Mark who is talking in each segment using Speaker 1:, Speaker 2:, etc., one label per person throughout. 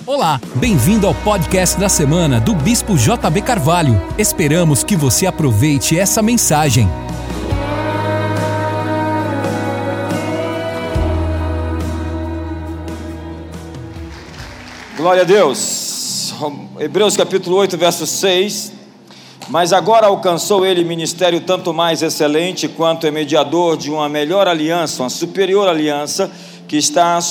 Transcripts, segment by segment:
Speaker 1: Olá, bem-vindo ao podcast da semana do Bispo JB Carvalho. Esperamos que você aproveite essa mensagem.
Speaker 2: Glória a Deus. Hebreus capítulo 8, verso 6. Mas agora alcançou ele ministério tanto mais excelente, quanto é mediador de uma melhor aliança, uma superior aliança, que está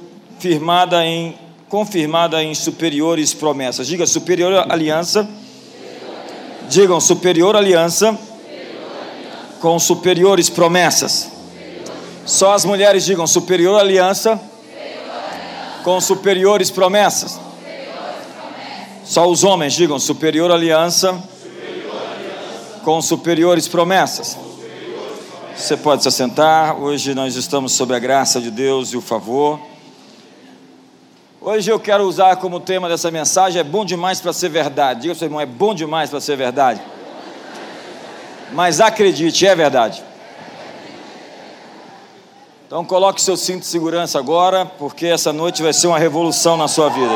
Speaker 2: confirmada em superiores promessas. Diga superior aliança. Digam superior aliança com superiores promessas. Só as mulheres digam superior aliança com superiores promessas. Só os homens digam superior aliança com superiores promessas. Você pode se assentar. Hoje nós estamos sob a graça de Deus e o favor. Hoje eu quero usar como tema dessa mensagem: é bom demais para ser verdade. Diga para o seu irmão: é bom demais para ser verdade. Mas acredite, é verdade. Então coloque seu cinto de segurança agora, porque essa noite vai ser uma revolução na sua vida.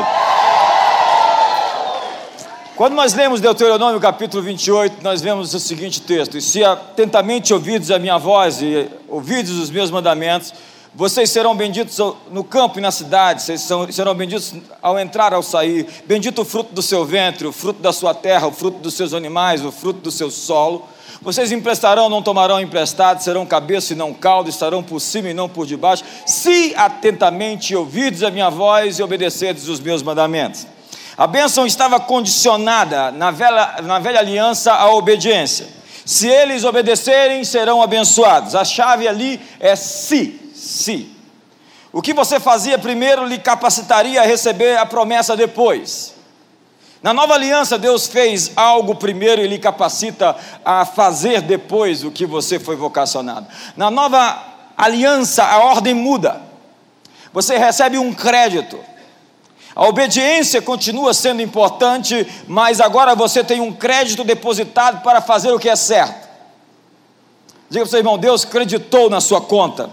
Speaker 2: Quando nós lemos Deuteronômio capítulo 28, nós vemos o seguinte texto: e se atentamente ouvides a minha voz e ouvides os meus mandamentos, vocês serão benditos no campo e na cidade, vocês serão benditos ao entrar e ao sair, bendito o fruto do seu ventre, o fruto da sua terra, o fruto dos seus animais, o fruto do seu solo. Vocês emprestarão, não tomarão emprestado, serão cabeça e não cauda, estarão por cima e não por debaixo, se atentamente ouvides a minha voz e obedecerdes os meus mandamentos. A bênção estava condicionada na velha aliança à obediência. Se eles obedecerem, serão abençoados. A chave ali é se. O que você fazia primeiro lhe capacitaria a receber a promessa depois. Na nova aliança, Deus fez algo primeiro e lhe capacita a fazer depois o que você foi vocacionado. Na nova aliança, a ordem muda. Você recebe um crédito. A obediência continua sendo importante, mas agora você tem um crédito depositado para fazer o que é certo. Diga para o seu irmão: Deus creditou na sua conta.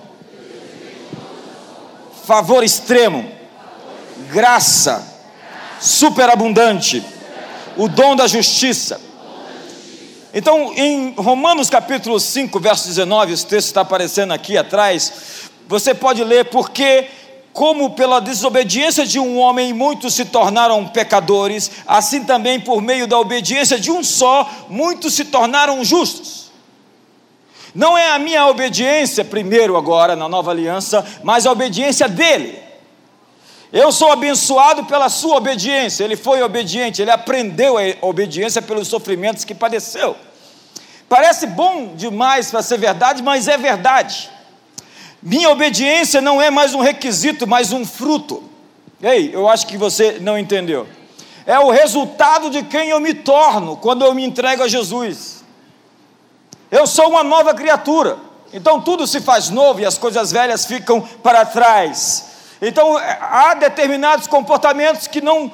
Speaker 2: Favor extremo, graça superabundante, o dom da justiça. Então, em Romanos capítulo 5, verso 19, esse texto está aparecendo aqui atrás, você pode ler: porque como pela desobediência de um homem muitos se tornaram pecadores, assim também por meio da obediência de um só, muitos se tornaram justos. Não é a minha obediência primeiro agora na nova aliança, mas a obediência dele. Eu sou abençoado pela sua obediência. Ele foi obediente, ele aprendeu a obediência pelos sofrimentos que padeceu. Parece bom demais para ser verdade, mas é verdade. Minha obediência não é mais um requisito, mas um fruto. Ei, eu acho que você não entendeu. É o resultado de quem eu me torno quando eu me entrego a Jesus. Eu sou uma nova criatura. Então tudo se faz novo e as coisas velhas ficam para trás. Então há determinados comportamentos que não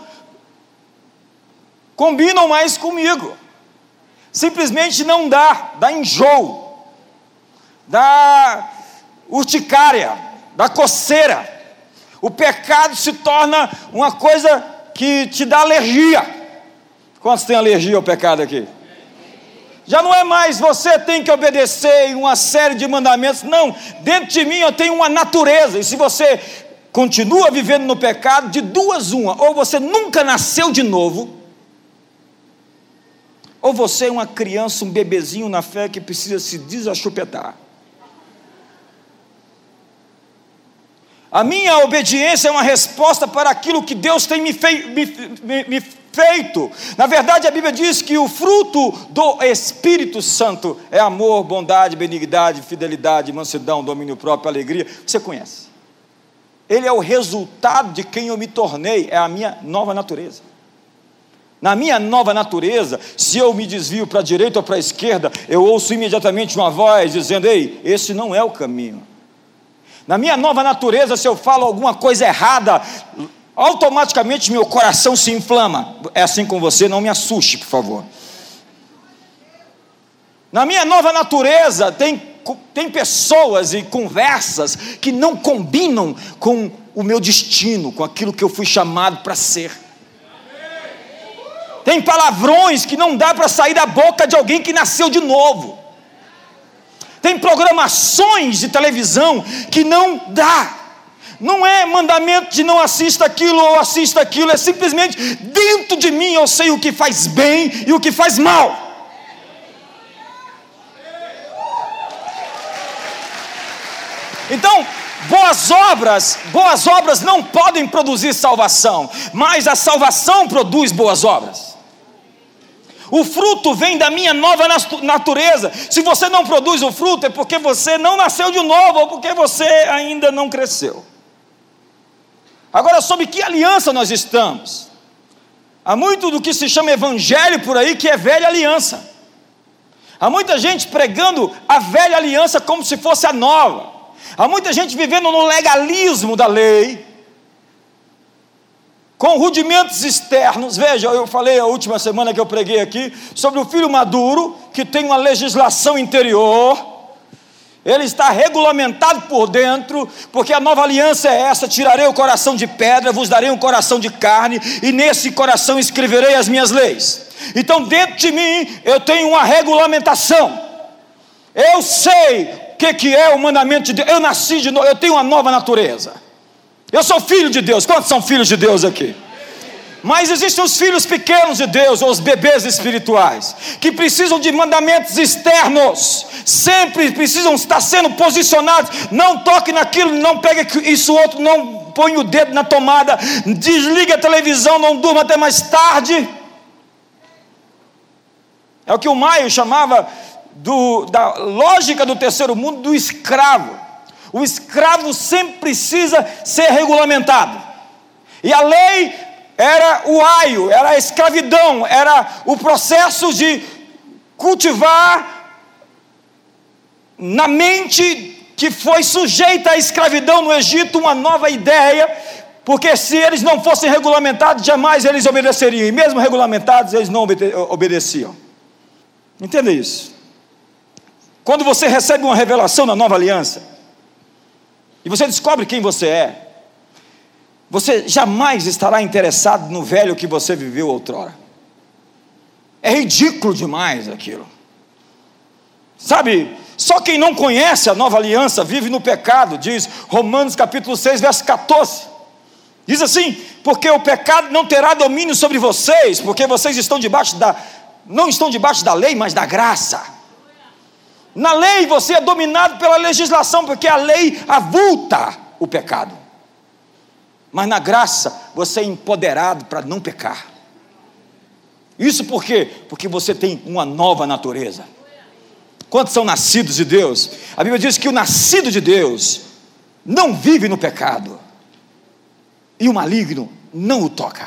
Speaker 2: combinam mais comigo. Simplesmente não dá enjoo, dá urticária, dá coceira. O pecado se torna uma coisa que te dá alergia. Quantos têm alergia ao pecado aqui? Já não é mais você tem que obedecer em uma série de mandamentos. Não, dentro de mim eu tenho uma natureza. E se você continua vivendo no pecado, de duas uma: ou você nunca nasceu de novo, ou você é uma criança, um bebezinho na fé que precisa se desachupetar. A minha obediência é uma resposta para aquilo que Deus tem me feito. Na verdade, a Bíblia diz que o fruto do Espírito Santo é amor, bondade, benignidade, fidelidade, mansidão, domínio próprio, alegria. Você conhece. Ele é o resultado de quem eu me tornei, é a minha nova natureza. Na minha nova natureza, se eu me desvio para a direita ou para a esquerda, eu ouço imediatamente uma voz dizendo: ei, esse não é o caminho. Na minha nova natureza, se eu falo alguma coisa errada, automaticamente meu coração se inflama. É assim com você, não me assuste, por favor. Na minha nova natureza, tem pessoas e conversas que não combinam com o meu destino, com aquilo que eu fui chamado para ser. Tem palavrões que não dá para sair da boca de alguém que nasceu de novo. Tem programações de televisão que não dá. Não é mandamento de não assista aquilo ou assista aquilo, é simplesmente dentro de mim eu sei o que faz bem e o que faz mal. Então, boas obras não podem produzir salvação, mas a salvação produz boas obras. O fruto vem da minha nova natureza. Se você não produz o fruto, é porque você não nasceu de novo, ou porque você ainda não cresceu. Agora, sobre que aliança nós estamos? Há muito do que se chama evangelho por aí que é velha aliança. Há muita gente pregando a velha aliança como se fosse a nova. Há muita gente vivendo no legalismo da lei, com rudimentos externos. Veja, eu falei a última semana que eu preguei aqui sobre o filho maduro, que tem uma legislação interior. Ele está regulamentado por dentro, porque a nova aliança é essa: tirarei o coração de pedra, vos darei um coração de carne, e nesse coração escreverei as minhas leis. Então dentro de mim eu tenho uma regulamentação. Eu sei o que é o mandamento de Deus. Eu nasci de novo, eu tenho uma nova natureza. Eu sou filho de Deus. Quantos são filhos de Deus aqui? Mas existem os filhos pequenos de Deus, ou os bebês espirituais, que precisam de mandamentos externos, sempre precisam estar sendo posicionados. Não toque naquilo, não pegue isso outro, não põe o dedo na tomada, desliga a televisão, não durma até mais tarde. É o que o Maio chamava da lógica do terceiro mundo, do escravo. O escravo sempre precisa ser regulamentado, e a lei era o aio, era a escravidão, era o processo de cultivar na mente que foi sujeita à escravidão no Egito uma nova ideia, porque se eles não fossem regulamentados, jamais eles obedeceriam, e mesmo regulamentados, eles não obedeciam. Entenda isso. Quando você recebe uma revelação na nova aliança, e você descobre quem você é, você jamais estará interessado no velho que você viveu outrora. É ridículo demais aquilo. Sabe, só quem não conhece a nova aliança vive no pecado, diz Romanos capítulo 6, verso 14. Diz assim: porque o pecado não terá domínio sobre vocês, porque vocês não estão debaixo da lei, mas da graça. Na lei você é dominado pela legislação, porque a lei avulta o pecado. Mas na graça você é empoderado para não pecar. Isso por quê? Porque você tem uma nova natureza. Quantos são nascidos de Deus? A Bíblia diz que o nascido de Deus não vive no pecado, e o maligno não o toca.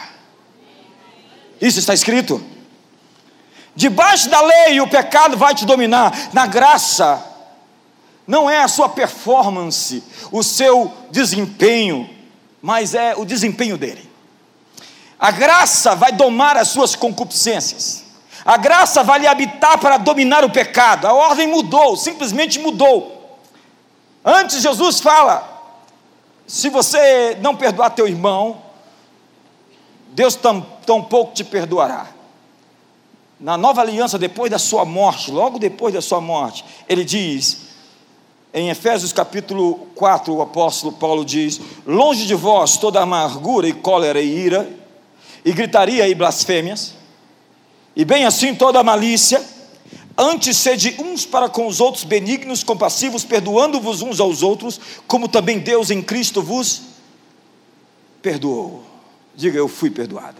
Speaker 2: Isso está escrito. Debaixo da lei o pecado vai te dominar. Na graça não é a sua performance, o seu desempenho, mas é o desempenho dele. A graça vai domar as suas concupiscências. A graça vai lhe habitar para dominar o pecado. A ordem mudou, simplesmente mudou. Antes Jesus fala: se você não perdoar teu irmão, Deus tampouco te perdoará. Na nova aliança, depois da sua morte, logo depois da sua morte, ele diz, em Efésios capítulo 4, o apóstolo Paulo diz: longe de vós toda amargura e cólera e ira, e gritaria e blasfêmias, e bem assim toda malícia, antes sede uns para com os outros benignos, compassivos, perdoando-vos uns aos outros, como também Deus em Cristo vos perdoou. Diga: eu fui perdoado.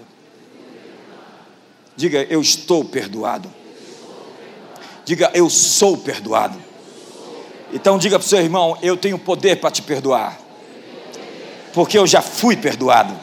Speaker 2: Diga: eu estou perdoado. Diga: eu sou perdoado. Então diga para o seu irmão: eu tenho poder para te perdoar, porque eu já fui perdoado.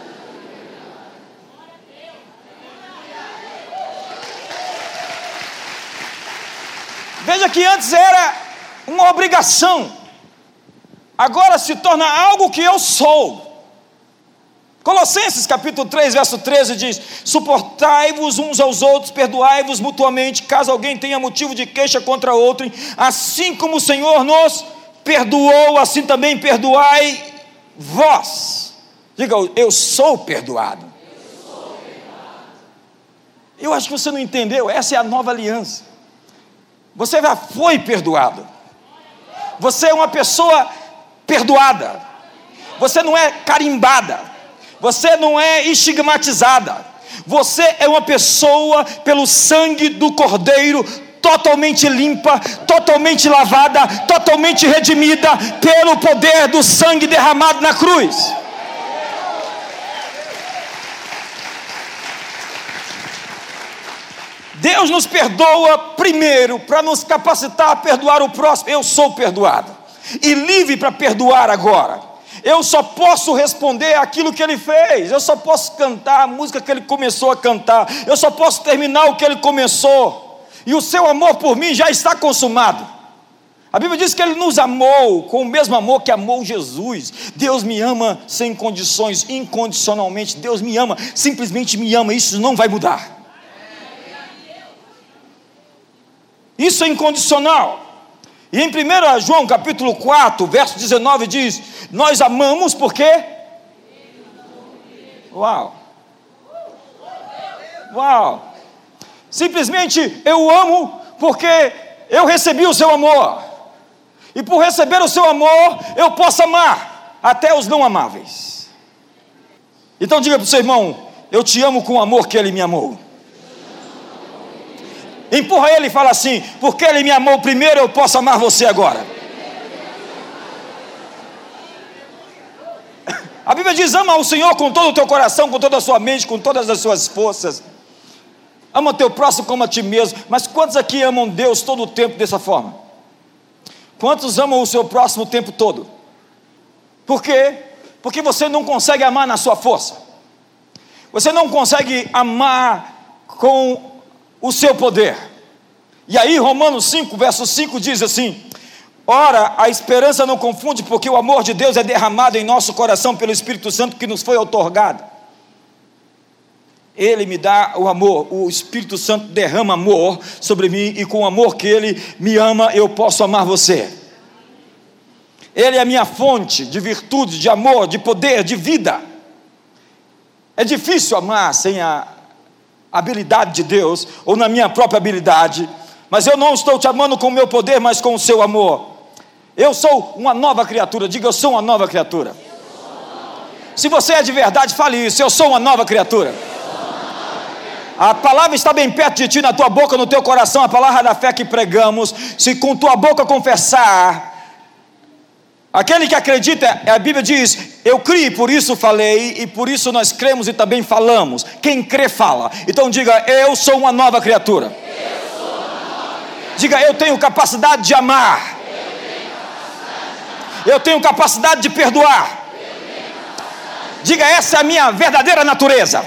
Speaker 2: Veja que antes era uma obrigação, agora se torna algo que eu sou. Colossenses capítulo 3, verso 13 diz: suportai-vos uns aos outros, perdoai-vos mutuamente, caso alguém tenha motivo de queixa contra outro, assim como o Senhor nos perdoou, assim também perdoai vós. Diga, eu sou perdoado. Eu acho que você não entendeu, essa é a nova aliança. Você já foi perdoado. Você é uma pessoa perdoada. Você não é carimbada. Você não é estigmatizada. Você é uma pessoa pelo sangue do Cordeiro, totalmente limpa, totalmente lavada, totalmente redimida pelo poder do sangue derramado na cruz. Deus nos perdoa primeiro para nos capacitar a perdoar o próximo. Eu sou perdoado e livre para perdoar agora. Eu só posso responder aquilo que Ele fez. Eu só posso cantar a música que Ele começou a cantar. Eu só posso terminar o que Ele começou. E o seu amor por mim já está consumado. A Bíblia diz que Ele nos amou com o mesmo amor que amou Jesus. Deus me ama sem condições, incondicionalmente. Deus me ama, simplesmente me ama. Isso não vai mudar. Isso é incondicional. E em 1 João capítulo 4, verso 19 diz: nós amamos porque... Uau! Simplesmente eu amo porque eu recebi o seu amor. E por receber o seu amor, eu posso amar até os não amáveis. Então diga para o seu irmão: eu te amo com o amor que Ele me amou. Empurra ele e fala assim: porque Ele me amou primeiro, eu posso amar você agora. A Bíblia diz: ama o Senhor com todo o teu coração, com toda a sua mente, com todas as suas forças. Ama o teu próximo como a ti mesmo. Mas quantos aqui amam Deus todo o tempo dessa forma? Quantos amam o seu próximo o tempo todo? Por quê? Porque você não consegue amar na sua força. Você não consegue amar com o seu poder. E aí Romanos 5, verso 5 diz assim: ora, a esperança não confunde, porque o amor de Deus é derramado em nosso coração pelo Espírito Santo que nos foi outorgado. Ele me dá o amor, o Espírito Santo derrama amor sobre mim, e com o amor que Ele me ama, eu posso amar você. Ele é a minha fonte de virtude, de amor, de poder, de vida. É difícil amar sem a habilidade de Deus, ou na minha própria habilidade, mas eu não estou te amando com o meu poder, mas com o seu amor. Eu sou uma nova criatura. Diga: eu sou uma nova criatura. Se você é de verdade, fale isso: eu sou uma nova criatura. A palavra está bem perto de ti, na tua boca, no teu coração, a palavra da fé que pregamos. Se com tua boca confessar, aquele que acredita, a Bíblia diz: eu criei, por isso falei, e por isso nós cremos e também falamos. Quem crê fala. Então diga: eu sou uma nova criatura. Diga: eu tenho capacidade de amar. Eu tenho capacidade de perdoar. Diga: essa é a minha verdadeira natureza.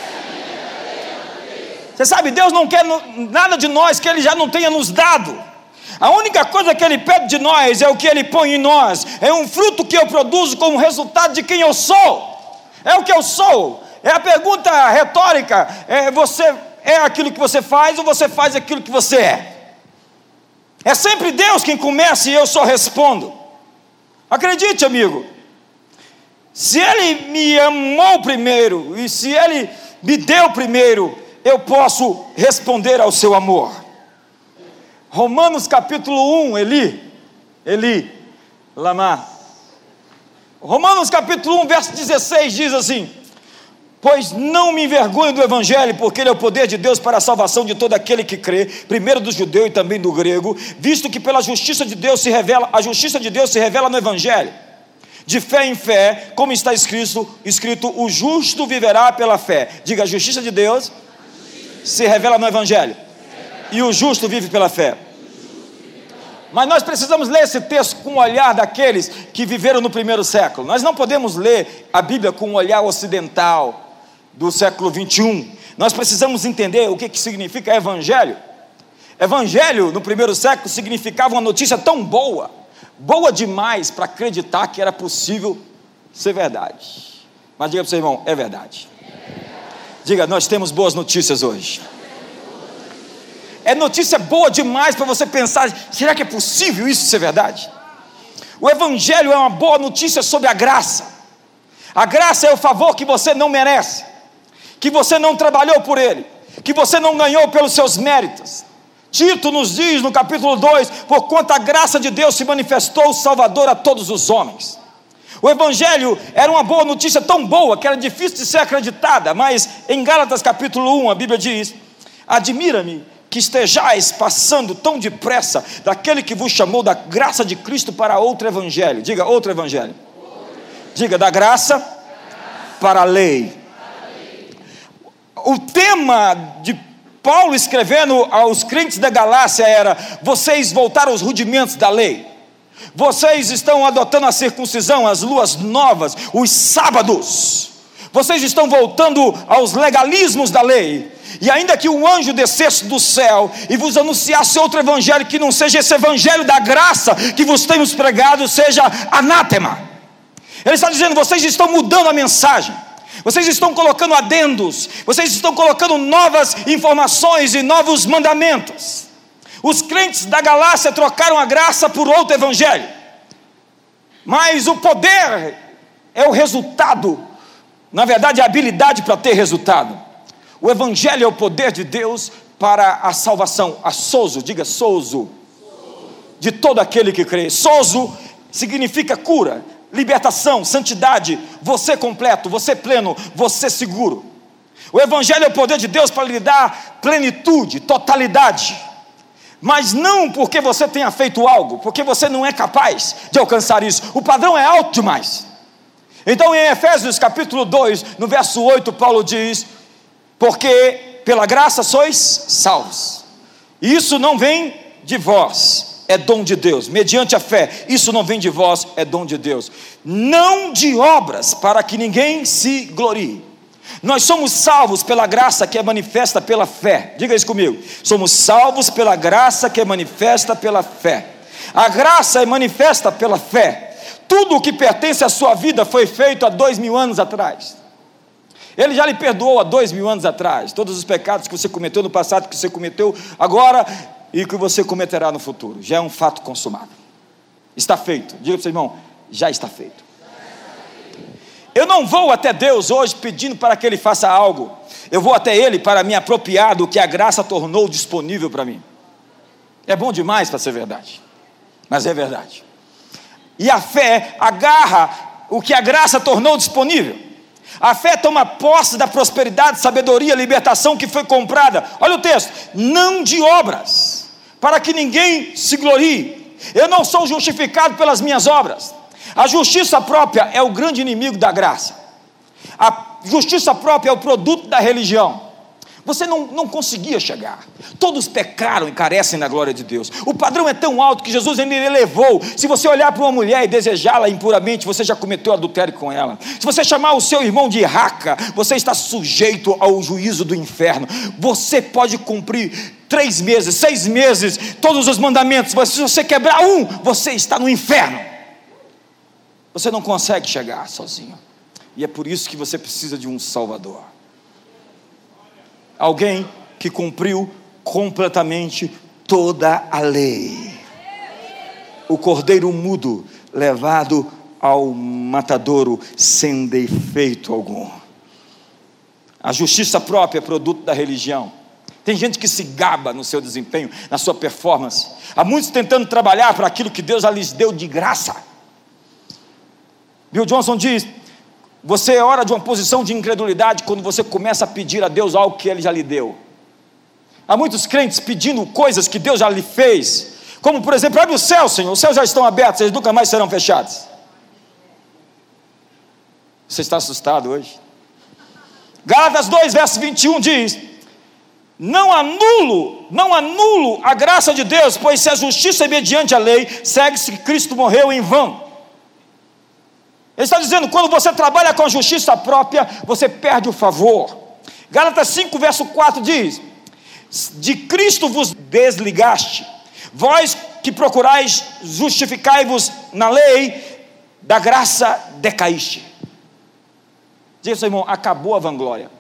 Speaker 2: Você sabe, Deus não quer nada de nós que Ele já não tenha nos dado. A única coisa que Ele pede de nós é o que Ele põe em nós. É um fruto que eu produzo como resultado de quem eu sou. É o que eu sou. É a pergunta retórica: você é aquilo que você faz, ou você faz aquilo que você é? É sempre Deus quem começa e eu só respondo. Acredite, amigo, se Ele me amou primeiro, e se Ele me deu primeiro, eu posso responder ao seu amor. Romanos capítulo 1, Eli, lama. Romanos capítulo 1, verso 16 diz assim: pois não me envergonho do Evangelho, porque ele é o poder de Deus para a salvação de todo aquele que crê, primeiro do judeu e também do grego, visto que pela justiça de Deus se revela, a justiça de Deus se revela no Evangelho, de fé em fé, como está escrito, o justo viverá pela fé. Diga: a justiça de Deus se revela no Evangelho, e o justo vive pela fé. Mas nós precisamos ler esse texto com o olhar daqueles que viveram no primeiro século. Nós não podemos ler a Bíblia com o olhar ocidental do século 21. Nós precisamos entender o que significa Evangelho. Evangelho no primeiro século significava uma notícia tão boa, boa demais para acreditar que era possível ser verdade. Mas diga para o seu irmão: é verdade. Diga: nós temos boas notícias hoje. É notícia boa demais para você pensar: será que é possível isso ser verdade? O Evangelho é uma boa notícia sobre a graça. A graça é o favor que você não merece, que você não trabalhou por ele, que você não ganhou pelos seus méritos. Tito nos diz no capítulo 2, porquanto a graça de Deus se manifestou Salvador a todos os homens. O Evangelho era uma boa notícia, tão boa que era difícil de ser acreditada, mas em Gálatas capítulo 1 a Bíblia diz: admira-me que estejais passando tão depressa daquele que vos chamou da graça de Cristo para outro Evangelho. Diga, outro Evangelho. Diga, da graça para a lei. O tema de Paulo escrevendo aos crentes da Galácia era: vocês voltaram aos rudimentos da lei, vocês estão adotando a circuncisão, as luas novas, os sábados, vocês estão voltando aos legalismos da lei. E ainda que um anjo descesse do céu e vos anunciasse outro evangelho que não seja esse evangelho da graça que vos temos pregado, seja anátema. Ele está dizendo: vocês estão mudando a mensagem, vocês estão colocando adendos, vocês estão colocando novas informações e novos mandamentos. Os crentes da Galácia trocaram a graça por outro evangelho, mas o poder é o resultado, na verdade a habilidade para ter resultado. O evangelho é o poder de Deus para a salvação, a sozo, diga sozo, de todo aquele que crê. Sozo significa cura, libertação, santidade, você completo, você pleno, você seguro. O evangelho é o poder de Deus para lhe dar plenitude, totalidade, mas não porque você tenha feito algo, porque você não é capaz de alcançar isso. O padrão é alto demais. Então em Efésios capítulo 2, no verso 8, Paulo diz: porque pela graça sois salvos, e isso não vem de vós, é dom de Deus, mediante a fé. Isso não vem de vós, é dom de Deus, não de obras, para que ninguém se glorie. Nós somos salvos pela graça que é manifesta pela fé. Diga isso comigo: somos salvos pela graça que é manifesta pela fé. A graça é manifesta pela fé. Tudo o que pertence à sua vida foi feito há 2000 anos atrás. Ele já lhe perdoou há 2000 anos atrás todos os pecados que você cometeu no passado, que você cometeu agora e que você cometerá no futuro. Já é um fato consumado, está feito. Diga para o seu irmão: já está feito. Eu não vou até Deus hoje pedindo para que Ele faça algo, eu vou até Ele para me apropriar do que a graça tornou disponível para mim. É bom demais para ser verdade, mas é verdade. E a fé agarra o que a graça tornou disponível. A fé toma posse da prosperidade, sabedoria, libertação que foi comprada. Olha o texto: não de obras, para que ninguém se glorie. Eu não sou justificado pelas minhas obras. A justiça própria é o grande inimigo da graça. A justiça própria é o produto da religião. Você não conseguia chegar. Todos pecaram e carecem da glória de Deus. O padrão é tão alto que Jesus ainda elevou. Se você olhar para uma mulher e desejá-la impuramente, você já cometeu adultério com ela. Se você chamar o seu irmão de raca, você está sujeito ao juízo do inferno. Você pode cumprir 3 meses, 6 meses, todos os mandamentos, mas se você quebrar um, você está no inferno. Você não consegue chegar sozinho. E é por isso que você precisa de um Salvador. Alguém que cumpriu completamente toda a lei. O cordeiro mudo levado ao matadouro sem defeito algum. A justiça própria é produto da religião. Tem gente que se gaba no seu desempenho, na sua performance. Há muitos tentando trabalhar para aquilo que Deus já lhes deu de graça. Bill Johnson diz: você é hora de uma posição de incredulidade quando você começa a pedir a Deus algo que Ele já lhe deu. Há muitos crentes pedindo coisas que Deus já lhe fez, como por exemplo: abre o céu, Senhor, os céus já estão abertos, eles nunca mais serão fechados. Você está assustado hoje? Gálatas 2, verso 21 diz: não anulo a graça de Deus, pois se a justiça é mediante a lei, segue-se que Cristo morreu em vão. Ele está dizendo: quando você trabalha com a justiça própria, você perde o favor. Gálatas 5, verso 4 diz: de Cristo vos desligaste, vós que procurais justificai-vos na lei, da graça decaíste. Diga, seu irmão: acabou a vanglória.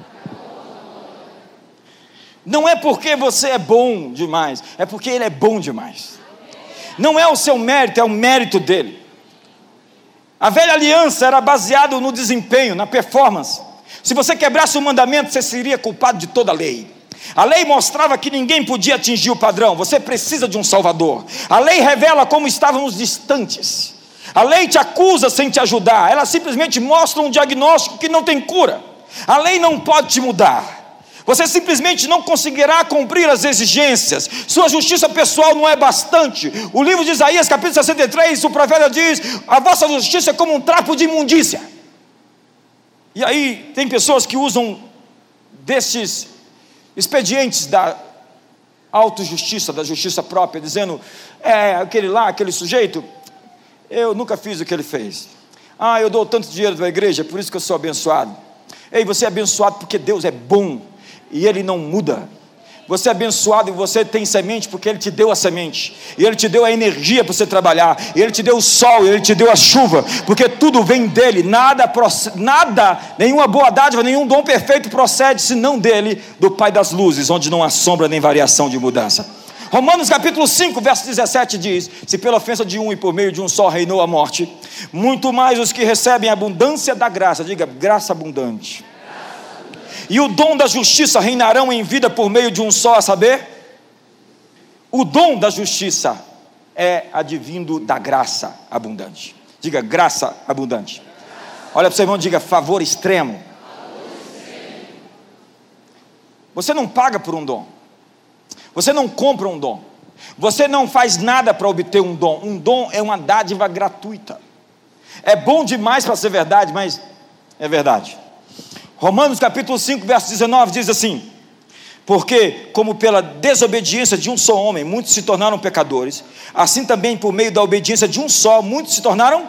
Speaker 2: Não é porque você é bom demais, é porque Ele é bom demais. Não é o seu mérito, é o mérito dEle. A velha aliança era baseada no desempenho, na performance. Se você quebrasse o mandamento, você seria culpado de toda a lei. A lei mostrava que ninguém podia atingir o padrão. Você precisa de um Salvador. A lei revela como estávamos distantes. A lei te acusa sem te ajudar. Ela simplesmente mostra um diagnóstico que não tem cura. A lei não pode te mudar. Você simplesmente não conseguirá cumprir as exigências. Sua justiça pessoal não é bastante. O livro de Isaías, capítulo 63, o profeta diz: a vossa justiça é como um trapo de imundícia. E aí tem pessoas que usam desses expedientes da autojustiça, da justiça própria, dizendo: aquele sujeito, eu nunca fiz o que ele fez. Eu dou tanto dinheiro para a igreja, por isso que eu sou abençoado. Ei, você é abençoado porque Deus é bom e Ele não muda. Você é abençoado e você tem semente porque Ele te deu a semente, e Ele te deu a energia para você trabalhar, e Ele te deu o sol, e Ele te deu a chuva, porque tudo vem dEle. Nada, nenhuma boa dádiva, nenhum dom perfeito procede senão dEle, do Pai das luzes, onde não há sombra nem variação de mudança. Romanos capítulo 5, verso 17 diz: se pela ofensa de um e por meio de um só reinou a morte, muito mais os que recebem a abundância da graça, diga graça abundante, e o dom da justiça reinarão em vida por meio de um só, a saber, o dom da justiça é advindo da graça abundante. Diga graça abundante. Olha para o seu irmão e diga favor extremo. Você não paga por um dom. Você não compra um dom. Você não faz nada para obter um dom. Um dom é uma dádiva gratuita. É bom demais para ser verdade, mas é verdade. Romanos capítulo 5, verso 19 diz assim: porque como pela desobediência de um só homem muitos se tornaram pecadores, assim também por meio da obediência de um só muitos se tornaram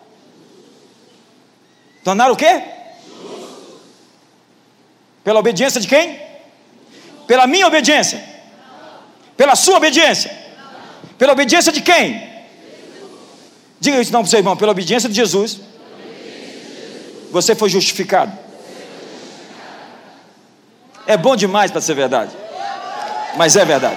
Speaker 2: o quê? Pela obediência de quem? Pela minha obediência? Pela sua obediência? Pela obediência de quem? Diga isso não para o seu irmão: pela obediência de Jesus você foi justificado. É bom demais para ser verdade, mas é verdade.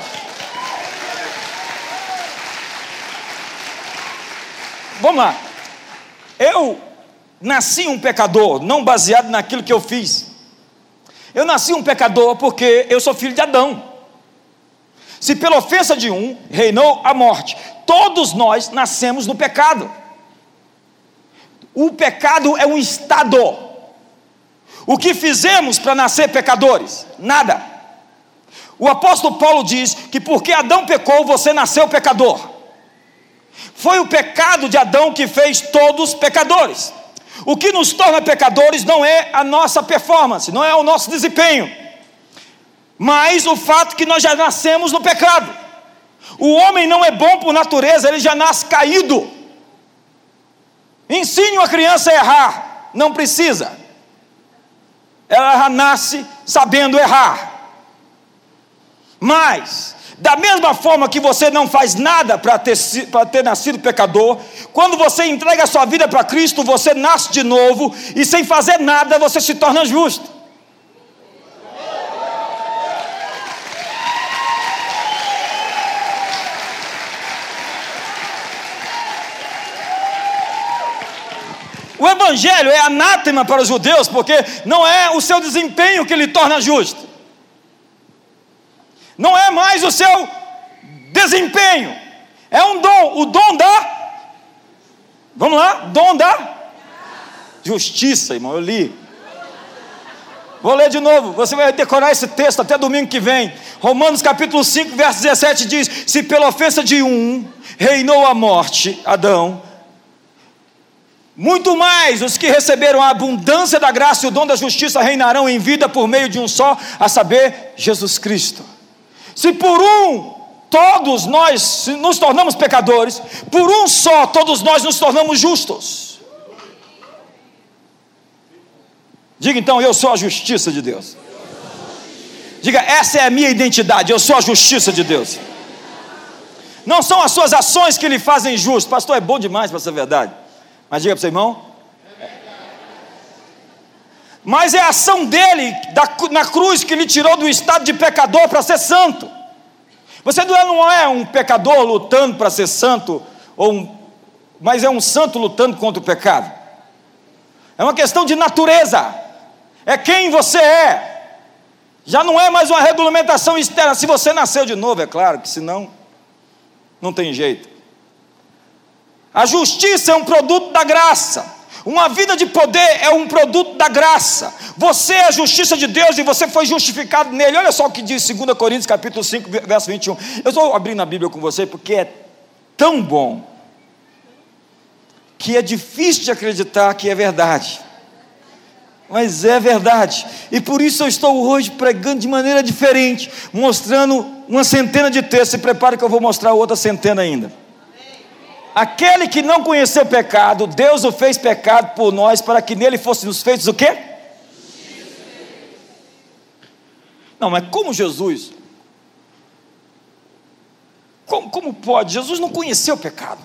Speaker 2: Vamos lá. Eu nasci um pecador, não baseado naquilo que eu fiz. Eu nasci um pecador porque eu sou filho de Adão. Se pela ofensa de um reinou a morte, todos nós nascemos no pecado. O pecado é um estado. O que fizemos para nascer pecadores? Nada. O apóstolo Paulo diz que porque Adão pecou, você nasceu pecador. Foi o pecado de Adão que fez todos pecadores. O que nos torna pecadores não é a nossa performance, não é o nosso desempenho, mas o fato que nós já nascemos no pecado. O homem não é bom por natureza, ele já nasce caído. Ensine uma criança a errar, não precisa. Ela já nasce sabendo errar. Mas, da mesma forma que você não faz nada para ter nascido pecador, quando você entrega a sua vida para Cristo, você nasce de novo, e sem fazer nada você se torna justo. O evangelho é anátema para os judeus, porque não é o seu desempenho que lhe torna justo. Não é mais o seu desempenho. É um dom, o dom da... Vamos lá, dom da justiça, irmão, eu li. Vou ler de novo, você vai decorar esse texto até domingo que vem. Romanos capítulo 5, verso 17 diz: se pela ofensa de um reinou a morte, Adão, muito mais os que receberam a abundância da graça e o dom da justiça reinarão em vida por meio de um só, a saber, Jesus Cristo. Se por um todos nós nos tornamos pecadores, por um só todos nós nos tornamos justos. Diga então: eu sou a justiça de Deus. Diga: essa é a minha identidade, eu sou a justiça de Deus. Não são as suas ações que lhe fazem justo. Pastor, é bom demais para ser verdade, mas diga para o seu irmão: mas é a ação dele na cruz que lhe tirou do estado de pecador para ser santo. Você não é um pecador lutando para ser santo, ou mas é um santo lutando contra o pecado. É uma questão de natureza. É quem você é. Já não é mais uma regulamentação externa. Se você nasceu de novo, é claro que senão não tem jeito. A justiça é um produto da graça. Uma vida de poder é um produto da graça. Você é a justiça de Deus e você foi justificado nele. Olha só o que diz 2 Coríntios capítulo 5, verso 21. Eu estou abrindo a Bíblia com você porque é tão bom que é difícil de acreditar que é verdade. Mas é verdade. E por isso eu estou hoje pregando de maneira diferente, mostrando uma centena de textos. Se prepare que eu vou mostrar outra centena ainda. Aquele que não conheceu pecado, Deus o fez pecado por nós, para que nele fôssemos feitos o quê? Não, mas como Jesus? Como pode? Jesus não conheceu o pecado.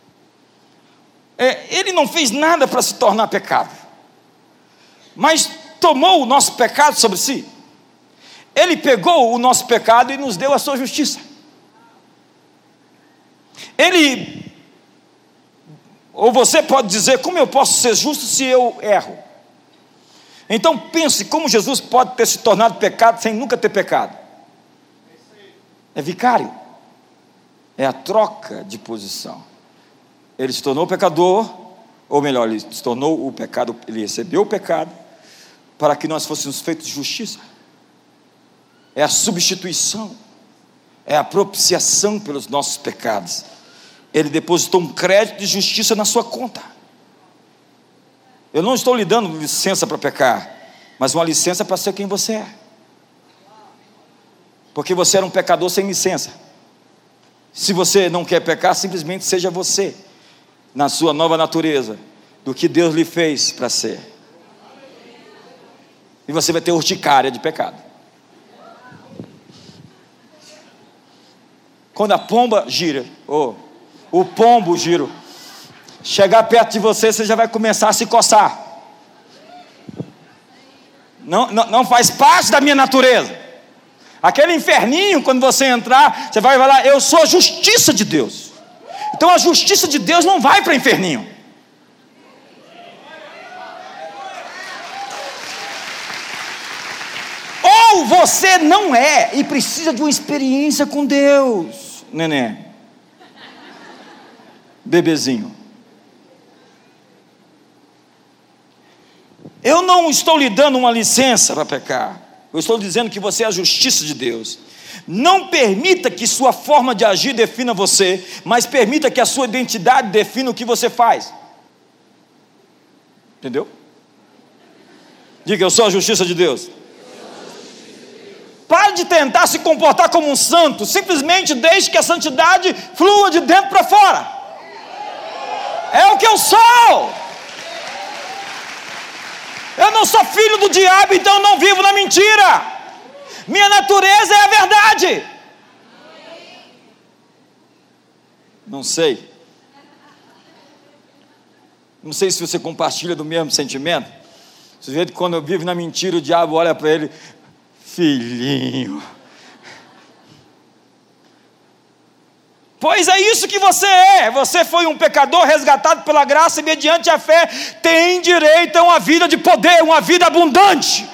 Speaker 2: Ele não fez nada para se tornar pecado, mas tomou o nosso pecado sobre si. Ele pegou o nosso pecado e nos deu a sua justiça. Ou você pode dizer, como eu posso ser justo se eu erro? Então pense como Jesus pode ter se tornado pecado sem nunca ter pecado. É vicário. É a troca de posição. Ele se tornou pecador, ou melhor, ele se tornou o pecado, ele recebeu o pecado, para que nós fôssemos feitos de justiça. É a substituição, é a propiciação pelos nossos pecados. Ele depositou um crédito de justiça na sua conta. Eu não estou lhe dando licença para pecar, mas uma licença para ser quem você é. Porque você era um pecador sem licença. Se você não quer pecar, simplesmente seja você, na sua nova natureza, do que Deus lhe fez para ser. E você vai ter urticária de pecado. Quando a pomba gira, o pombo giro, chegar perto de você, você já vai começar a se coçar. Não faz parte da minha natureza. Aquele inferninho, quando você entrar, você vai falar, eu sou a justiça de Deus. Então a justiça de Deus não vai para o inferninho. Ou você não é e precisa de uma experiência com Deus, neném, bebezinho. Eu não estou lhe dando uma licença para pecar. Eu estou dizendo que você é a justiça de Deus. Não permita que sua forma de agir defina você, mas permita que a sua identidade defina o que você faz. Entendeu? Diga, eu sou a justiça de Deus. Pare de tentar se comportar como um santo. Simplesmente deixe que a santidade flua de dentro para fora. É o que eu sou. Eu não sou filho do diabo, então eu não vivo na mentira. Minha natureza é a verdade. Não sei se você compartilha do mesmo sentimento. Você vê que quando eu vivo na mentira, o diabo olha para ele, filhinho. Pois é isso que você é. Você foi um pecador resgatado pela graça e mediante a fé tem direito a uma vida de poder, uma vida abundante.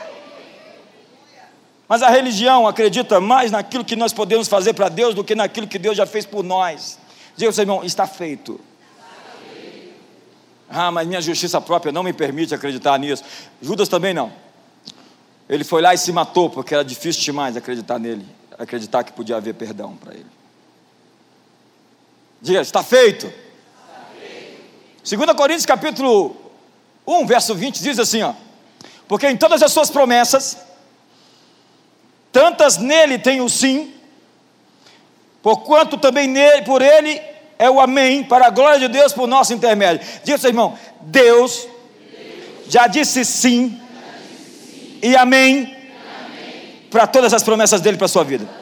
Speaker 2: Mas a religião acredita mais naquilo que nós podemos fazer para Deus do que naquilo que Deus já fez por nós. Diga ao seu irmão, está feito. Mas minha justiça própria não me permite acreditar nisso. Judas também não. Ele foi lá e se matou porque era difícil demais acreditar nele, acreditar que podia haver perdão para ele. Diga, está feito. 2 Coríntios capítulo 1, verso 20 diz assim, porque em todas as suas promessas, tantas nele tem o sim, porquanto também por ele é o amém, para a glória de Deus por nosso intermédio. Diga ao seu irmão, Deus já disse sim e amém para todas as promessas dele para a sua vida.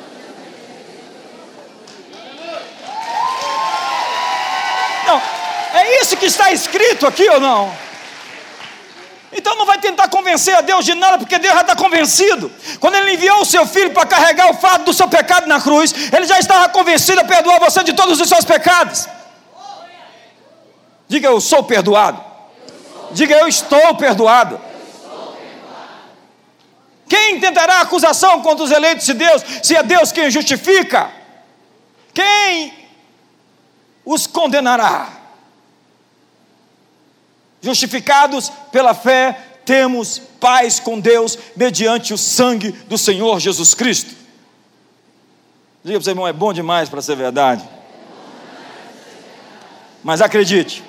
Speaker 2: Não, é isso que está escrito aqui ou não? Então não vai tentar convencer a Deus de nada, porque Deus já está convencido. Quando Ele enviou o seu Filho para carregar o fardo do seu pecado na cruz, Ele já estava convencido a perdoar você de todos os seus pecados. Diga, eu sou perdoado. Diga, eu estou perdoado. Quem tentará acusação contra os eleitos de Deus, se é Deus quem justifica? Quem os condenará? Justificados pela fé, temos paz com Deus, mediante o sangue do Senhor Jesus Cristo. Diga para o seu irmão, é bom demais para ser verdade. Mas acredite,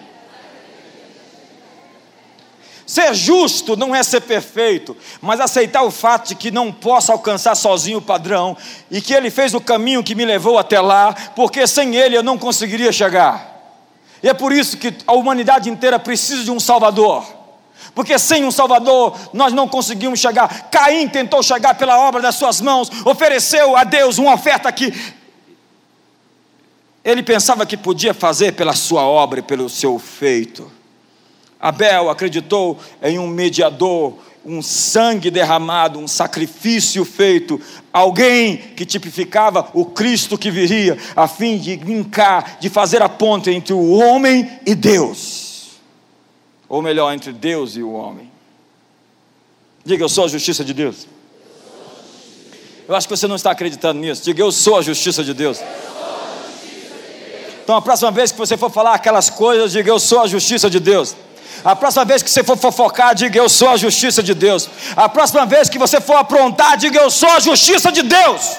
Speaker 2: ser justo não é ser perfeito, mas aceitar o fato de que não posso alcançar sozinho o padrão, e que Ele fez o caminho que me levou até lá, porque sem Ele eu não conseguiria chegar. E é por isso que a humanidade inteira precisa de um Salvador, porque sem um Salvador nós não conseguimos chegar. Caim tentou chegar pela obra das suas mãos, ofereceu a Deus uma oferta que ele pensava que podia fazer pela sua obra e pelo seu feito. Abel acreditou em um mediador, um sangue derramado, um sacrifício feito, alguém que tipificava o Cristo que viria, a fim de linkar, de fazer a ponte entre o homem e Deus, ou melhor, entre Deus e o homem. Diga, eu sou a justiça de Deus. Eu acho que você não está acreditando nisso. Diga, eu sou a justiça de Deus. Então a próxima vez que você for falar aquelas coisas, diga, eu sou a justiça de Deus. A próxima vez que você for fofocar, diga, eu sou a justiça de Deus. A próxima vez que você for aprontar, diga, eu sou a justiça de Deus.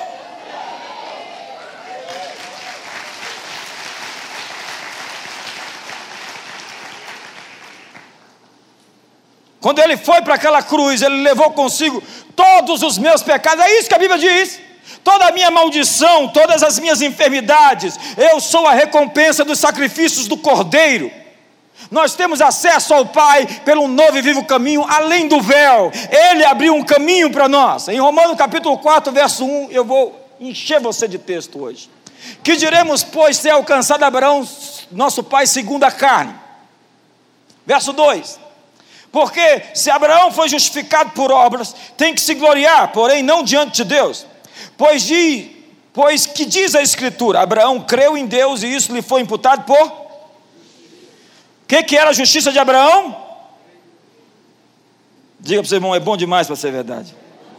Speaker 2: Quando Ele foi para aquela cruz, Ele levou consigo todos os meus pecados. É isso que a Bíblia diz. Toda a minha maldição, todas as minhas enfermidades. Eu sou a recompensa dos sacrifícios do Cordeiro. Nós temos acesso ao Pai pelo novo e vivo caminho, além do véu. Ele abriu um caminho para nós. Em Romanos capítulo 4, verso 1, eu vou encher você de texto hoje. Que diremos, pois, ter alcançado Abraão, nosso pai, segundo a carne? Verso 2. Porque se Abraão foi justificado por obras, tem que se gloriar, porém não diante de Deus. Pois que diz a Escritura, Abraão creu em Deus e isso lhe foi imputado por... O que era a justiça de Abraão? Diga para o seu irmão, é bom demais para ser verdade.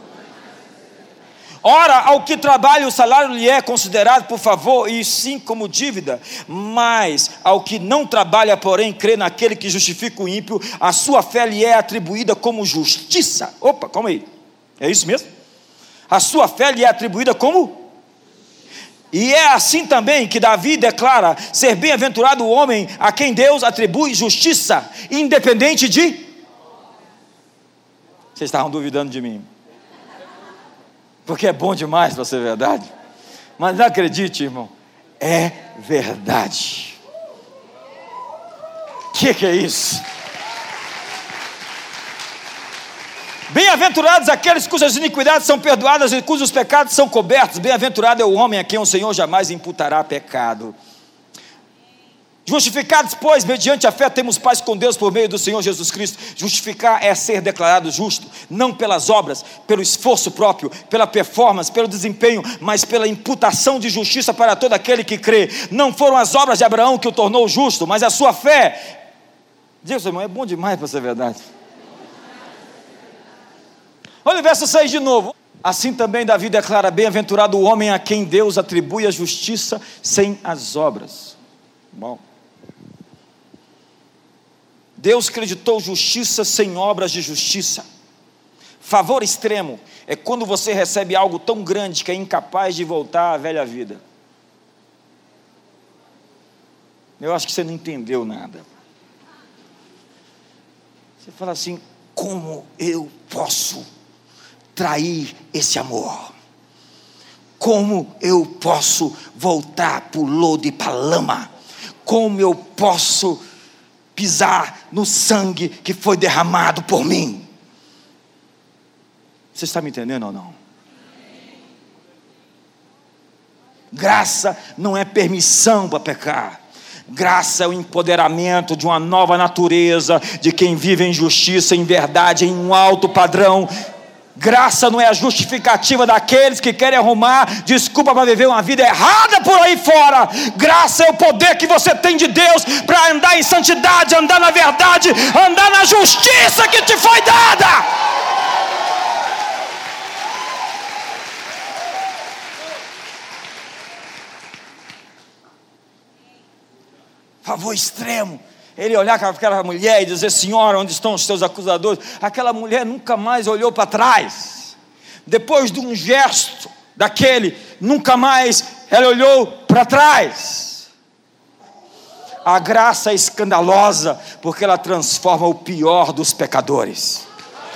Speaker 2: Ora, ao que trabalha o salário lhe é considerado por favor, e sim como dívida. Mas ao que não trabalha, porém, crê naquele que justifica o ímpio, a sua fé lhe é atribuída como justiça. Opa, calma aí, é isso mesmo? A sua fé lhe é atribuída como... E é assim também que Davi declara ser bem-aventurado o homem a quem Deus atribui justiça, independente de... Vocês estavam duvidando de mim, porque é bom demais para ser verdade. Mas não acredite, irmão, é verdade. Que é isso? Bem-aventurados aqueles cujas iniquidades são perdoadas e cujos pecados são cobertos. Bem-aventurado é o homem a quem o Senhor jamais imputará pecado. Justificados, pois, mediante a fé temos paz com Deus por meio do Senhor Jesus Cristo. Justificar é ser declarado justo, não pelas obras, pelo esforço próprio, pela performance, pelo desempenho, mas pela imputação de justiça para todo aquele que crê. Não foram as obras de Abraão que o tornou justo, mas a sua fé. Diga, seu irmão, é bom demais para ser verdade. Olha o verso 6 de novo. Assim também Davi declara, bem-aventurado o homem a quem Deus atribui a justiça sem as obras. Bom, Deus creditou justiça sem obras de justiça. Favor extremo é quando você recebe algo tão grande que é incapaz de voltar à velha vida. Eu acho que você não entendeu nada. Você fala assim, como eu posso trair esse amor? Como eu posso voltar para o lodo e para a lama? Como eu posso pisar no sangue que foi derramado por mim? Você está me entendendo ou não? Graça não é permissão para pecar. Graça é o empoderamento de uma nova natureza, de quem vive em justiça, em verdade, em um alto padrão. Graça não é a justificativa daqueles que querem arrumar desculpa para viver uma vida errada por aí fora. Graça é o poder que você tem de Deus para andar em santidade, andar na verdade, andar na justiça que te foi dada. Favor extremo. Ele olhar para aquela mulher e dizer: Senhora, onde estão os teus acusadores? Aquela mulher nunca mais olhou para trás. Depois de um gesto daquele, nunca mais ela olhou para trás. A graça é escandalosa, porque ela transforma o pior dos pecadores.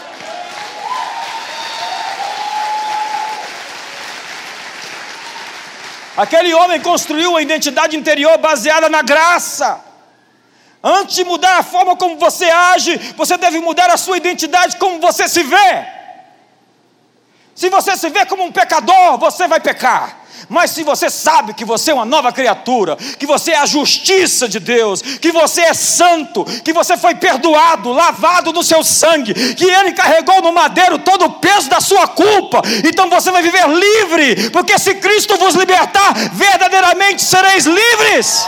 Speaker 2: Aquele homem construiu uma identidade interior baseada na graça. Antes de mudar a forma como você age, você deve mudar a sua identidade como você se vê. Se você se vê como um pecador, você vai pecar. Mas se você sabe que você é uma nova criatura, que você é a justiça de Deus, que você é santo, que você foi perdoado, lavado no seu sangue, que Ele carregou no madeiro todo o peso da sua culpa, então você vai viver livre, porque se Cristo vos libertar, verdadeiramente sereis livres.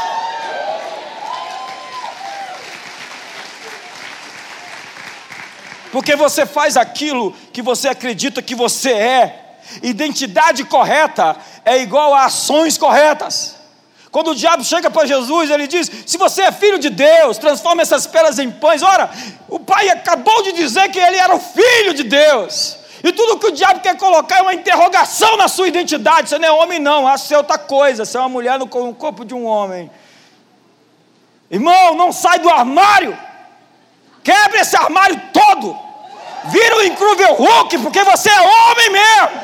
Speaker 2: Porque você faz aquilo que você acredita que você é. Identidade correta é igual a ações corretas. Quando o diabo chega para Jesus, ele diz: se você é filho de Deus, transforma essas pedras em pães. Ora, o pai acabou de dizer que ele era o filho de Deus. E tudo que o diabo quer colocar é uma interrogação na sua identidade. Você não é homem não, você é outra coisa. Você é uma mulher no corpo de um homem. Irmão, não sai do armário. Quebre esse armário todo. Vira o incrível Hulk, porque você é homem mesmo.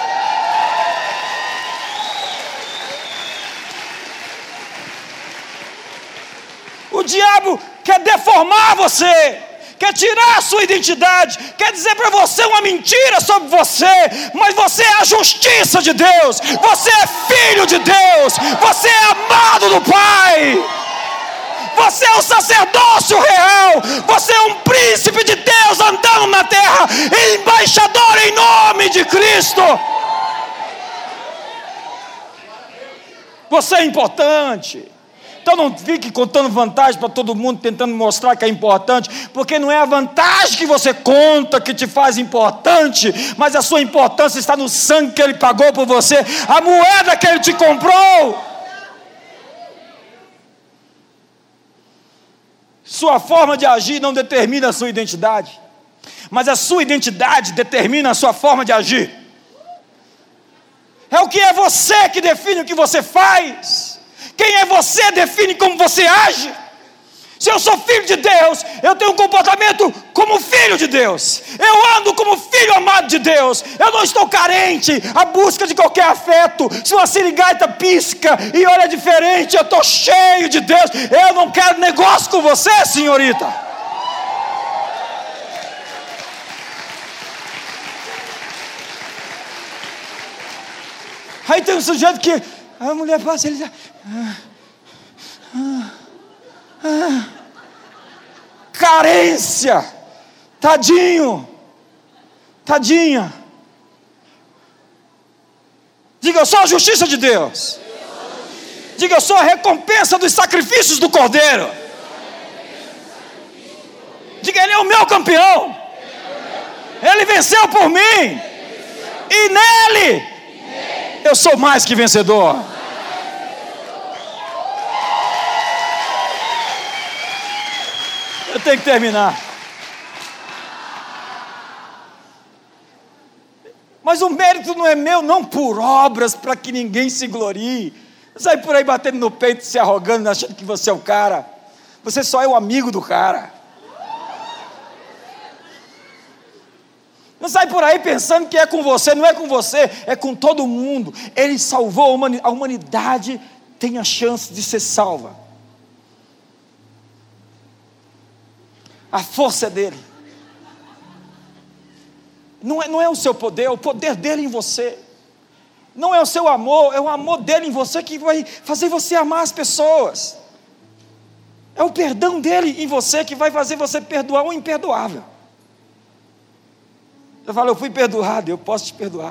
Speaker 2: O diabo quer deformar você, quer tirar a sua identidade, quer dizer para você uma mentira sobre você, mas você é a justiça de Deus, você é filho de Deus, você é amado do Pai. Você é o sacerdócio real. Você é um príncipe de Deus andando na terra, embaixador em nome de Cristo. Você é importante. Então não fique contando vantagem para todo mundo, tentando mostrar que é importante, porque não é a vantagem que você conta que te faz importante, mas a sua importância está no sangue que Ele pagou por você, a moeda que Ele te comprou. Sua forma de agir não determina a sua identidade, mas a sua identidade determina a sua forma de agir. É o que é você que define o que você faz. Quem é você define como você age. Se eu sou filho de Deus, eu tenho um comportamento como filho de Deus. Eu ando como filho amado de Deus. Eu não estou carente à busca de qualquer afeto. Se uma sirigaita pisca e olha diferente, eu estou cheio de Deus. Eu não quero negócio com você, senhorita. Aí tem um sujeito que a mulher passa e ele diz: carência, tadinho, tadinha. Diga: eu sou a justiça de Deus. Diga: eu sou a recompensa dos sacrifícios do Cordeiro. Diga: Ele é o meu campeão. Ele venceu por mim. E nele eu sou mais que vencedor. Eu tenho que terminar. Mas o mérito não é meu, não por obras, para que ninguém se glorie. Sai por aí batendo no peito, se arrogando, achando que você é o cara. Você só é o amigo do cara. Não sai por aí pensando que é com você, não é com você, é com todo mundo. Ele salvou a humanidade, tem a chance de ser salva. A força é dele. Não é o seu poder, é o poder dele em você. Não é o seu amor, é o amor dele em você que vai fazer você amar as pessoas. É o perdão dele em você que vai fazer você perdoar o imperdoável. Você fala, eu fui perdoado, eu posso te perdoar.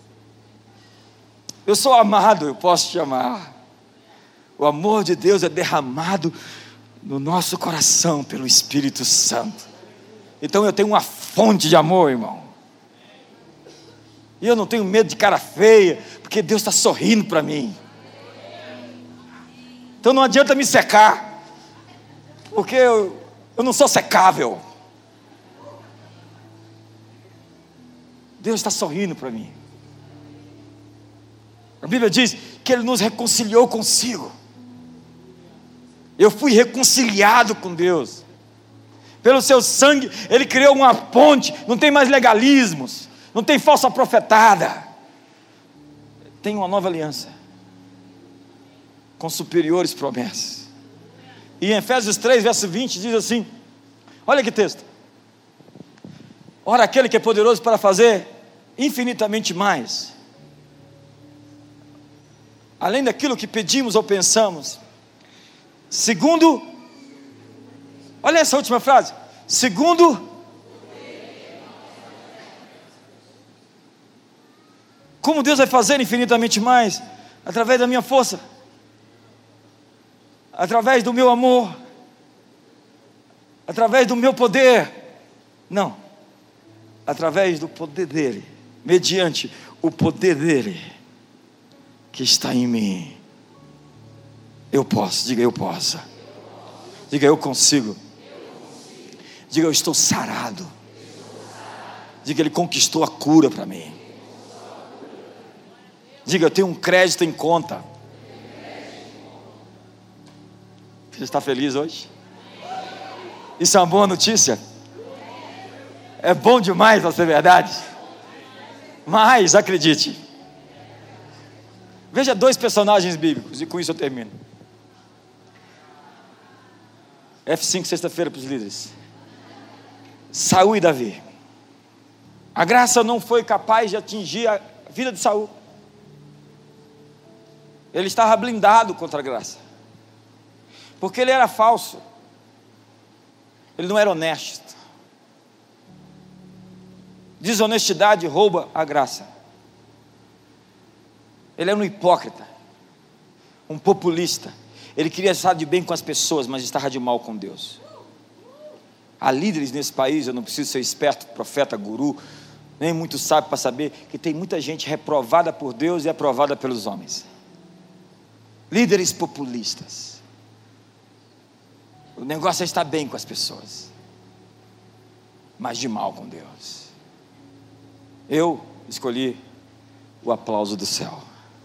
Speaker 2: Eu sou amado, eu posso te amar. O amor de Deus é derramado no nosso coração pelo Espírito Santo. Então eu tenho uma fonte de amor, irmão. E eu não tenho medo de cara feia, porque Deus está sorrindo para mim. Então não adianta me secar, porque eu não sou secável. Deus está sorrindo para mim. A Bíblia diz que Ele nos reconciliou consigo. Eu fui reconciliado com Deus. Pelo seu sangue, Ele criou uma ponte. Não tem mais legalismos, não tem falsa profetada. Tem uma nova aliança, com superiores promessas. E em Efésios 3, verso 20, diz assim, olha que texto. Ora, aquele que é poderoso para fazer infinitamente mais, além daquilo que pedimos ou pensamos, segundo, olha essa última frase, segundo, como Deus vai fazer infinitamente mais? Através da minha força, através do meu amor, através do meu poder, não, através do poder dEle, mediante o poder dEle, que está em mim. Eu posso, diga eu posso, diga eu consigo, diga eu estou sarado, diga Ele conquistou a cura para mim, diga eu tenho um crédito em conta. Você está feliz hoje? Isso é uma boa notícia? É bom demais para ser verdade? Mas acredite, veja dois personagens bíblicos, e com isso eu termino. F5, sexta-feira para os líderes. Saul e Davi. A graça não foi capaz de atingir a vida de Saul. Ele estava blindado contra a graça, porque ele era falso, ele não era honesto. Desonestidade rouba a graça. Ele era um hipócrita, um populista. Ele queria estar de bem com as pessoas, mas estava de mal com Deus. Há líderes nesse país, eu não preciso ser esperto, profeta, guru, nem muito sábio para saber que tem muita gente reprovada por Deus e aprovada pelos homens. Líderes populistas. O negócio é estar bem com as pessoas, mas de mal com Deus. Eu escolhi o aplauso do céu.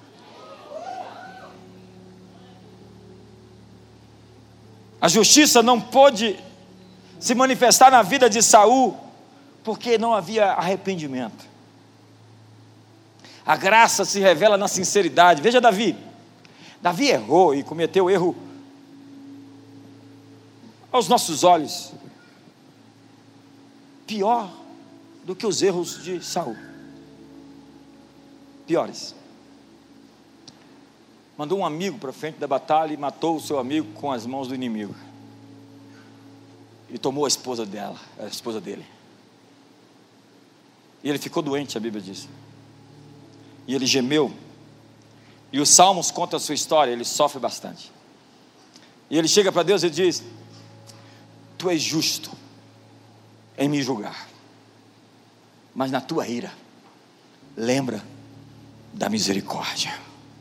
Speaker 2: A justiça não pôde se manifestar na vida de Saul, porque não havia arrependimento. A graça se revela na sinceridade. Veja Davi. Davi errou e cometeu erro aos nossos olhos pior do que os erros de Saul. Piores. Mandou um amigo para frente da batalha e matou o seu amigo com as mãos do inimigo. E tomou a esposa dele. E ele ficou doente, a Bíblia diz. E ele gemeu. E os Salmos contam a sua história, ele sofre bastante. E ele chega para Deus e diz: Tu és justo em me julgar, mas na tua ira, lembra da misericórdia.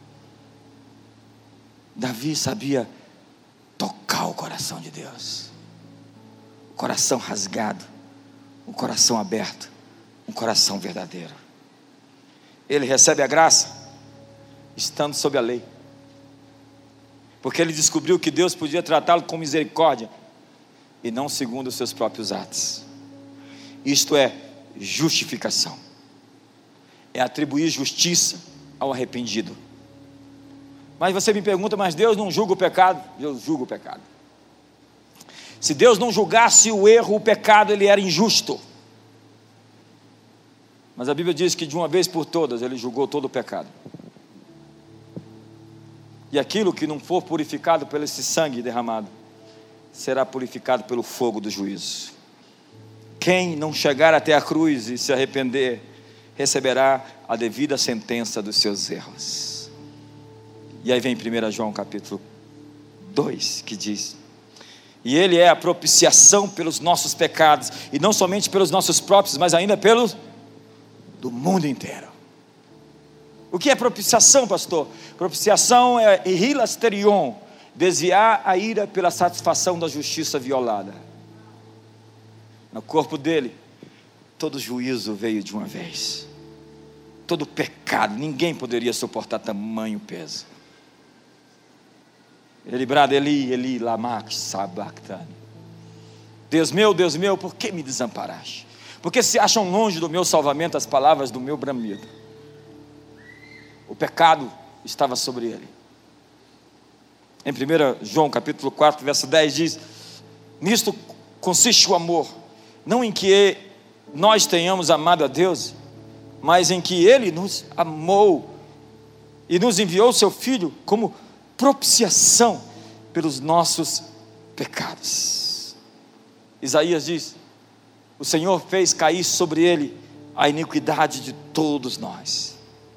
Speaker 2: Davi sabia tocar o coração de Deus. O coração rasgado, o coração aberto, um coração verdadeiro. Ele recebe a graça estando sob a lei, porque ele descobriu que Deus podia tratá-lo com misericórdia e não segundo os seus próprios atos. Isto é justificação, é atribuir justiça ao arrependido. Mas você me pergunta, mas Deus não julga o pecado? Deus julga o pecado. Se Deus não julgasse o erro, o pecado, ele era injusto. Mas a Bíblia diz que de uma vez por todas ele julgou todo o pecado. E aquilo que não for purificado pelo esse sangue derramado, será purificado pelo fogo do juízo. Quem não chegar até a cruz e se arrepender, receberá a devida sentença dos seus erros. E aí vem 1 João capítulo 2, que diz: e Ele é a propiciação pelos nossos pecados, e não somente pelos nossos próprios, mas ainda pelos do mundo inteiro. O que é propiciação, pastor? Propiciação é hilasterion, desviar a ira pela satisfação da justiça violada. No corpo dele, todo juízo veio de uma vez, todo pecado, ninguém poderia suportar tamanho peso. Ele brada: Eli, Eli, lama sabachthani. Deus meu, por que me desamparaste? Porque se acham longe do meu salvamento as palavras do meu bramido. O pecado estava sobre ele. Em 1 João capítulo 4, verso 10 diz: nisto consiste o amor, não em que nós tenhamos amado a Deus, mas em que Ele nos amou e nos enviou seu Filho como propiciação pelos nossos pecados. Isaías diz: o Senhor fez cair sobre ele a iniquidade de todos nós.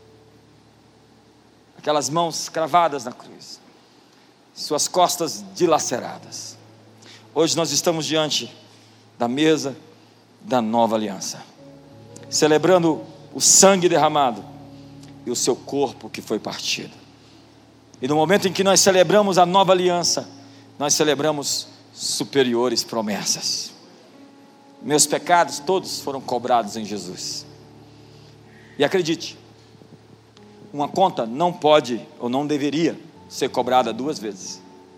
Speaker 2: Aquelas mãos cravadas na cruz, suas costas dilaceradas. Hoje nós estamos diante da mesa da nova aliança, celebrando o sangue derramado e o seu corpo que foi partido. E no momento em que nós celebramos a nova aliança, nós celebramos superiores promessas. Meus pecados todos foram cobrados em Jesus. E acredite, uma conta não pode ou não deveria ser cobrada duas vezes.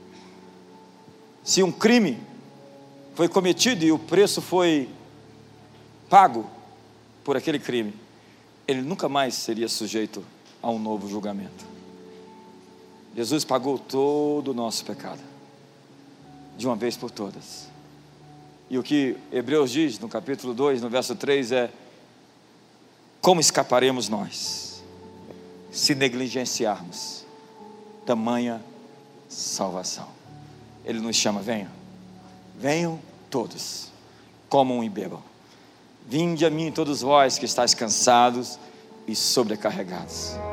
Speaker 2: Se um crime foi cometido e o preço foi pago por aquele crime, ele nunca mais seria sujeito a um novo julgamento. Jesus pagou todo o nosso pecado, de uma vez por todas. E o que Hebreus diz no capítulo 2, no verso 3 é: como escaparemos nós, se negligenciarmos tamanha salvação? Ele nos chama: venham, venham todos, comam e bebam. Vinde a mim todos vós que estáis cansados e sobrecarregados,